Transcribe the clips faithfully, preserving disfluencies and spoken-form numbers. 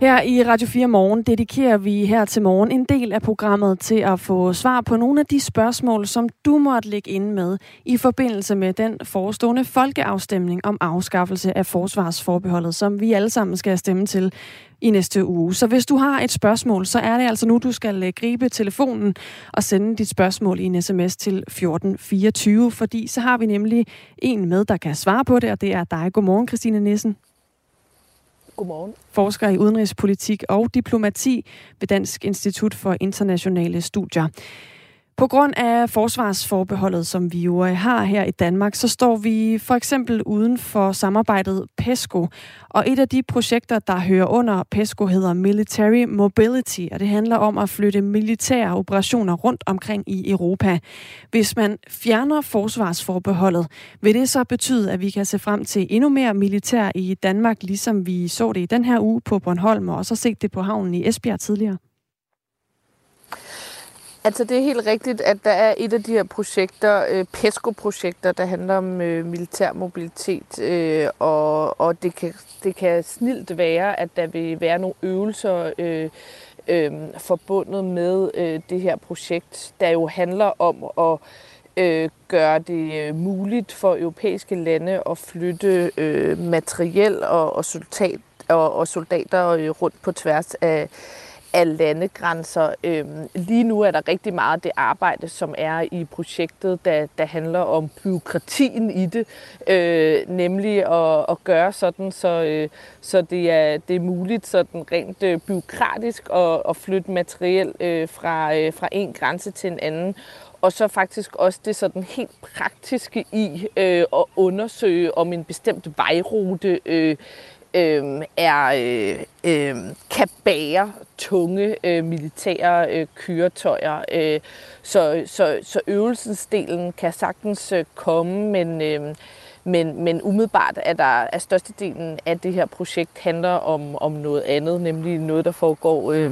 Her i Radio fire Morgen dedikerer vi her til morgen en del af programmet til at få svar på nogle af de spørgsmål, som du måtte lægge inde med i forbindelse med den forestående folkeafstemning om afskaffelse af forsvarsforbeholdet, som vi alle sammen skal stemme til i næste uge. Så hvis du har et spørgsmål, så er det altså nu, du skal gribe telefonen og sende dit spørgsmål i en sms til fjorten fireogtyve, fordi så har vi nemlig en med, der kan svare på det, og det er dig. Godmorgen, Christine Nissen. Godmorgen. Forsker i udenrigspolitik og diplomati ved Dansk Institut for Internationale Studier. På grund af forsvarsforbeholdet, som vi jo har her i Danmark, så står vi for eksempel uden for samarbejdet PESCO. Og et af de projekter, der hører under PESCO, hedder Military Mobility, og det handler om at flytte militære operationer rundt omkring i Europa. Hvis man fjerner forsvarsforbeholdet, vil det så betyde, at vi kan se frem til endnu mere militær i Danmark, ligesom vi så det i den her uge på Bornholm, og også set det på havnen i Esbjerg tidligere? Altså det er helt rigtigt, at der er et af de her projekter, øh, PESCO-projekter, der handler om øh, militær mobilitet, øh, og, og det, kan, det kan snilt være, at der vil være nogle øvelser øh, øh, forbundet med øh, det her projekt, der jo handler om at øh, gøre det muligt for europæiske lande at flytte øh, materiel og, og, soldat, og, og soldater øh, rundt på tværs af af landegrænser. Øhm, lige nu er der rigtig meget af det arbejde, som er i projektet, der, der handler om bureaukratien i det, øh, nemlig at, at gøre sådan, så, øh, så det, er, det er muligt sådan rent øh, bureaukratisk at, at flytte materiel øh, fra, øh, fra en grænse til en anden. Og så faktisk også det sådan helt praktiske i øh, at undersøge, om en bestemt vejrute øh, Øh, er, øh, øh, kan bære tunge øh, militære øh, køretøjer. Øh, så, så, så øvelsesdelen kan sagtens øh, komme, men, øh, men, men umiddelbart er der er størstedelen af det her projekt handler om, om noget andet, nemlig noget, der foregår øh,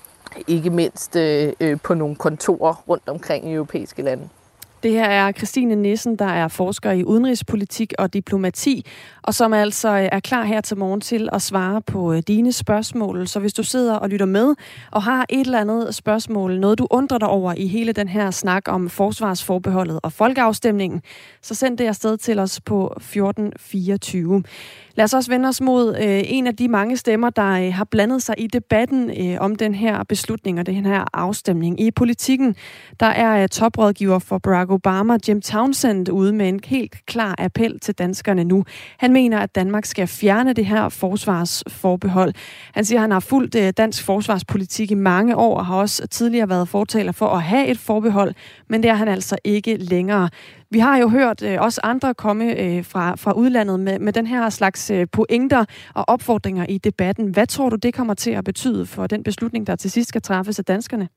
ikke mindst øh, på nogle kontorer rundt omkring i europæiske lande. Det her er Christine Nissen, der er forsker i udenrigspolitik og diplomati, og som altså er klar her til morgen til at svare på dine spørgsmål. Så hvis du sidder og lytter med og har et eller andet spørgsmål, noget du undrer dig over i hele den her snak om forsvarsforbeholdet og folkeafstemningen, så send det afsted til os på fjorten fireogtyve. Lad os også vende os mod øh, en af de mange stemmer, der øh, har blandet sig i debatten øh, om den her beslutning og den her afstemning. I Politikken, der er øh, toprådgiver for Barack Obama, Jim Townsend, ude med en helt klar appel til danskerne nu. Han mener, at Danmark skal fjerne det her forsvarsforbehold. Han siger, at han har fulgt øh, dansk forsvarspolitik i mange år og har også tidligere været fortaler for at have et forbehold, men det er han altså ikke længere. Vi har jo hørt øh, også andre komme øh, fra, fra udlandet med, med den her slags øh, pointer og opfordringer i debatten. Hvad tror du, det kommer til at betyde for den beslutning, der til sidst skal træffes af danskerne?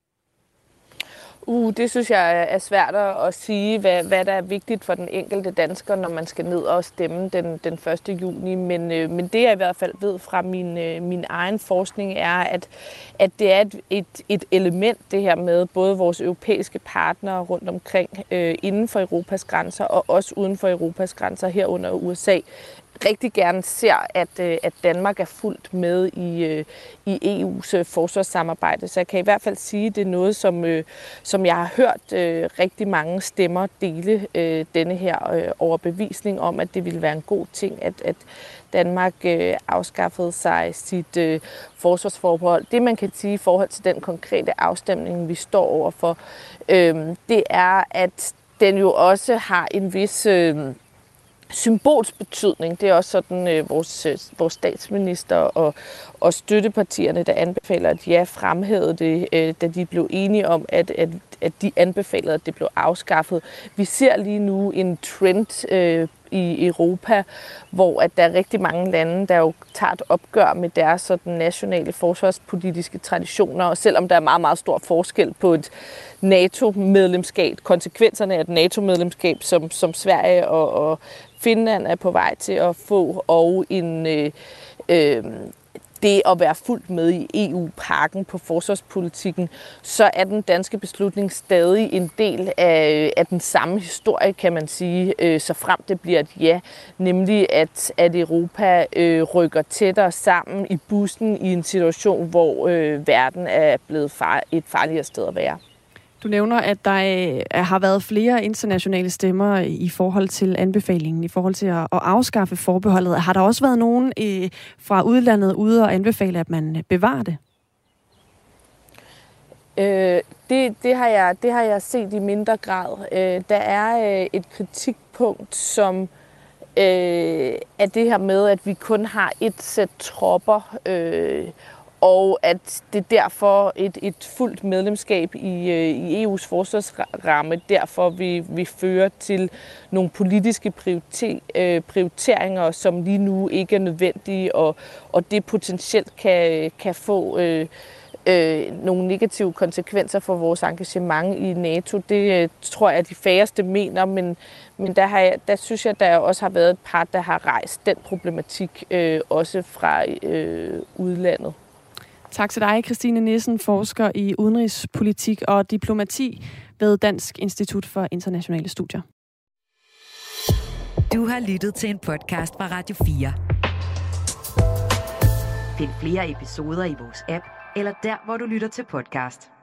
Uh, det synes jeg er svært at sige, hvad, hvad der er vigtigt for den enkelte dansker, når man skal ned og stemme den, den første juni. Men, øh, men det jeg i hvert fald ved fra min, øh, min egen forskning er, at, at det er et, et, et element, det her med både vores europæiske partnere rundt omkring øh, inden for Europas grænser og også uden for Europas grænser herunder U S A, rigtig gerne ser, at, at Danmark er fuldt med i, i E U's forsvarssamarbejde. Så jeg kan i hvert fald sige, at det er noget, som, som jeg har hørt rigtig mange stemmer dele denne her overbevisning om, at det ville være en god ting, at, at Danmark afskaffede sig sit forsvarsforbehold. Det, man kan sige i forhold til den konkrete afstemning, vi står overfor, det er, at den jo også har en vis symbolsk betydning. Det er også sådan, øh, vores, øh, vores statsminister og, og støttepartierne, der anbefaler, at ja, fremhævede det, øh, da de blev enige om, at, at, at de anbefalede, at det blev afskaffet. Vi ser lige nu en trend øh, i Europa, hvor at der er rigtig mange lande, der jo tager et opgør med deres sådan, nationale forsvarspolitiske traditioner, og selvom der er meget, meget stor forskel på et NATO-medlemskab, konsekvenserne af et NATO-medlemskab, som, som Sverige og, og Finland er på vej til at få, og en, øh, øh, det at være fuldt med i E U-pakken på forsvarspolitikken, så er den danske beslutning stadig en del af, af den samme historie, kan man sige, øh, så frem det bliver et ja, nemlig at, at Europa øh, rykker tættere sammen i bussen i en situation, hvor øh, verden er blevet far, et farligere sted at være. Du nævner, at der er, har været flere internationale stemmer i forhold til anbefalingen, i forhold til at, at afskaffe forbeholdet. Har der også været nogen øh, fra udlandet ude og anbefale, at man bevarer det? Øh, det, det, har jeg, det har jeg set i mindre grad. Øh, der er øh, et kritikpunkt, som øh, er det her med, at vi kun har et sæt tropper, øh, og at det derfor et, et fuldt medlemskab i, i E U's forsvarsramme derfor vil, vil føre til nogle politiske prioriteringer, som lige nu ikke er nødvendige, og, og det potentielt kan, kan få øh, øh, nogle negative konsekvenser for vores engagement i NATO. Det øh, tror jeg, at de færreste mener, men, men der, har jeg, der synes jeg, at der også har været et par, der har rejst den problematik, øh, også fra øh, udlandet. Tak til dig, Christine Nissen, forsker i udenrigspolitik og diplomati ved Dansk Institut for Internationale Studier. Du har lyttet til en podcast fra Radio fire. Find flere episoder i vores app, eller der, hvor du lytter til podcast.